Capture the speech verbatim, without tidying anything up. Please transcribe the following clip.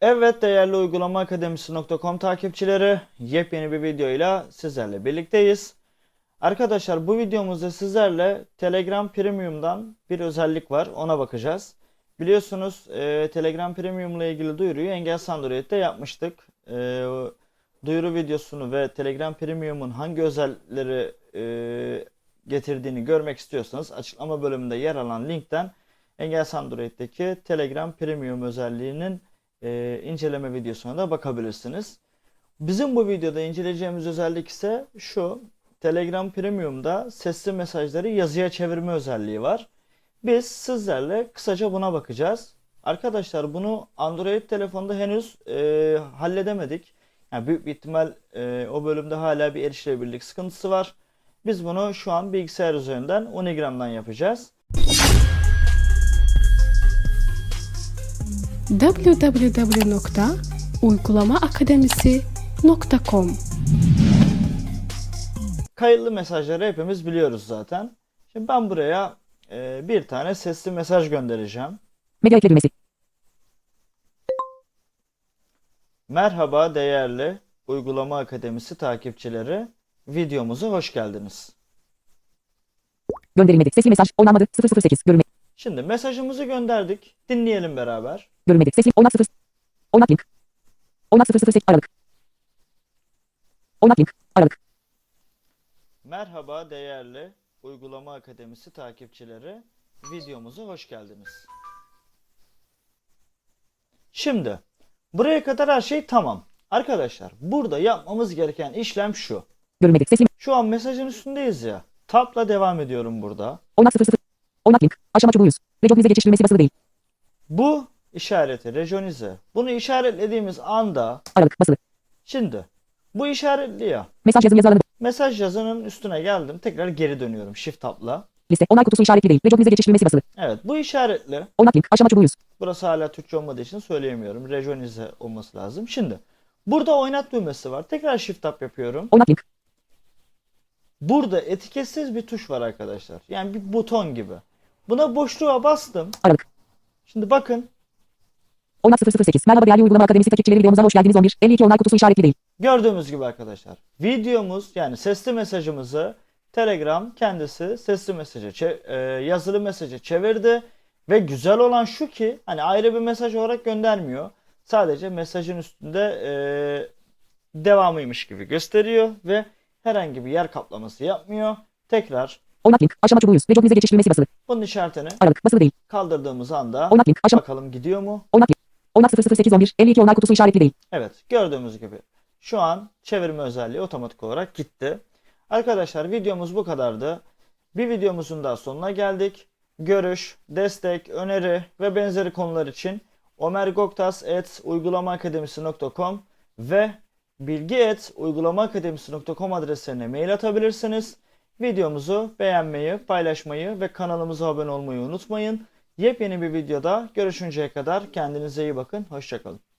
Evet değerli uygulama akademisi nokta com takipçileri, yepyeni bir videoyla sizlerle birlikteyiz. Arkadaşlar bu videomuzda sizlerle Telegram Premium'dan bir özellik var, ona bakacağız. Biliyorsunuz e, Telegram Premium ile ilgili duyuruyu Engels Android'de yapmıştık. E, duyuru videosunu ve Telegram Premium'un hangi özellikleri e, getirdiğini görmek istiyorsanız açıklama bölümünde yer alan linkten Engels Android'deki Telegram Premium özelliğinin e, inceleme videosuna da bakabilirsiniz. Bizim bu videoda inceleyeceğimiz özellik ise şu. Telegram Premium'da sesli mesajları yazıya çevirme özelliği var. Biz sizlerle kısaca buna bakacağız. Arkadaşlar bunu Android telefonda henüz e, halledemedik. Yani büyük bir ihtimal e, o bölümde hala bir erişilebilirlik sıkıntısı var. Biz bunu şu an bilgisayar üzerinden Onigram'dan yapacağız. double-u double-u double-u nokta uygulama akademisi nokta com Kayıtlı mesajları hepimiz biliyoruz zaten. Şimdi ben buraya e, bir tane sesli mesaj göndereceğim. Medya ekle düğmesi. Merhaba değerli Uygulama Akademisi takipçileri. Videomuza hoş geldiniz. Gönderilmedi. Sesli mesaj oynanmadı. sıfır sıfır sekiz. Görünme. Şimdi mesajımızı gönderdik. Dinleyelim beraber. Görünmedi. Sesli oynat sıfır. Oynat link. Oynat sıfır sıfır sekiz aralık. Oynat link. Aralık. Merhaba değerli Uygulama Akademisi takipçileri. Videomuza hoş geldiniz. Şimdi buraya kadar her şey tamam. Arkadaşlar burada yapmamız gereken işlem şu. Görünmedi. Sesli. Şu an mesajın üstündeyiz ya. Tab'la devam ediyorum burada. Oynat sıfır sıfır. Oynat link. Aşama çubuğuyuz. Regionize geçiş düğmesi basılı değil. Bu işareti rejonize. Bunu işaretlediğimiz anda Aralık. Basılı. şimdi bu işaretli ya. Mesaj yazım yazı alanı. Mesaj yazının üstüne geldim. Tekrar geri dönüyorum Shift Tab'la. Liste. Onay kutusu işaretli değil. Regionize geçiş düğmesi basılı. Evet bu işaretli. Oynat link. Aşama çubuğuyuz. Burası hala Türkçe olmadığı için söyleyemiyorum. Rejonize olması lazım. Şimdi burada oynat düğmesi var. Tekrar Shift Tab yapıyorum. Oynat link. Burada etiketsiz bir tuş var arkadaşlar. Yani bir buton gibi. Buna boşluğa bastım. Aralık. Şimdi bakın. Oynat sıfır sıfır sekiz. Merhaba değerli uygulama akademisi takipçileri, videomuza hoş geldiniz. on bir elli iki onay kutusu işaretli değil. Gördüğümüz gibi arkadaşlar. Videomuz yani sesli mesajımızı Telegram kendisi sesli mesajı e, yazılı mesajı çevirdi. Ve güzel olan şu ki hani ayrı bir mesaj olarak göndermiyor. Sadece mesajın üstünde e, devamıymış gibi gösteriyor ve herhangi bir yer kaplaması yapmıyor. Tekrar Oynat link. Aşama çubuğuyuz. Regionize geçiş düğmesi basılı. bunun işaretini Aralık. Basılı değil. kaldırdığımız anda Oynat link. Aşama. bakalım gidiyor mu? Oynat link. Oynat sıfır sıfır sekiz on bir elli iki onay kutusu işaretli değil. Evet gördüğümüz gibi şu an çevirme özelliği otomatik olarak gitti. Arkadaşlar videomuz bu kadardı. Bir videomuzun daha sonuna geldik. Görüş, destek, öneri ve benzeri konular için omergoktas at uygulama akademisi nokta com ve bilgi at uygulama akademisi nokta com adreslerine mail atabilirsiniz. Videomuzu beğenmeyi, paylaşmayı ve kanalımıza abone olmayı unutmayın. Yepyeni bir videoda görüşünceye kadar kendinize iyi bakın. Hoşça kalın.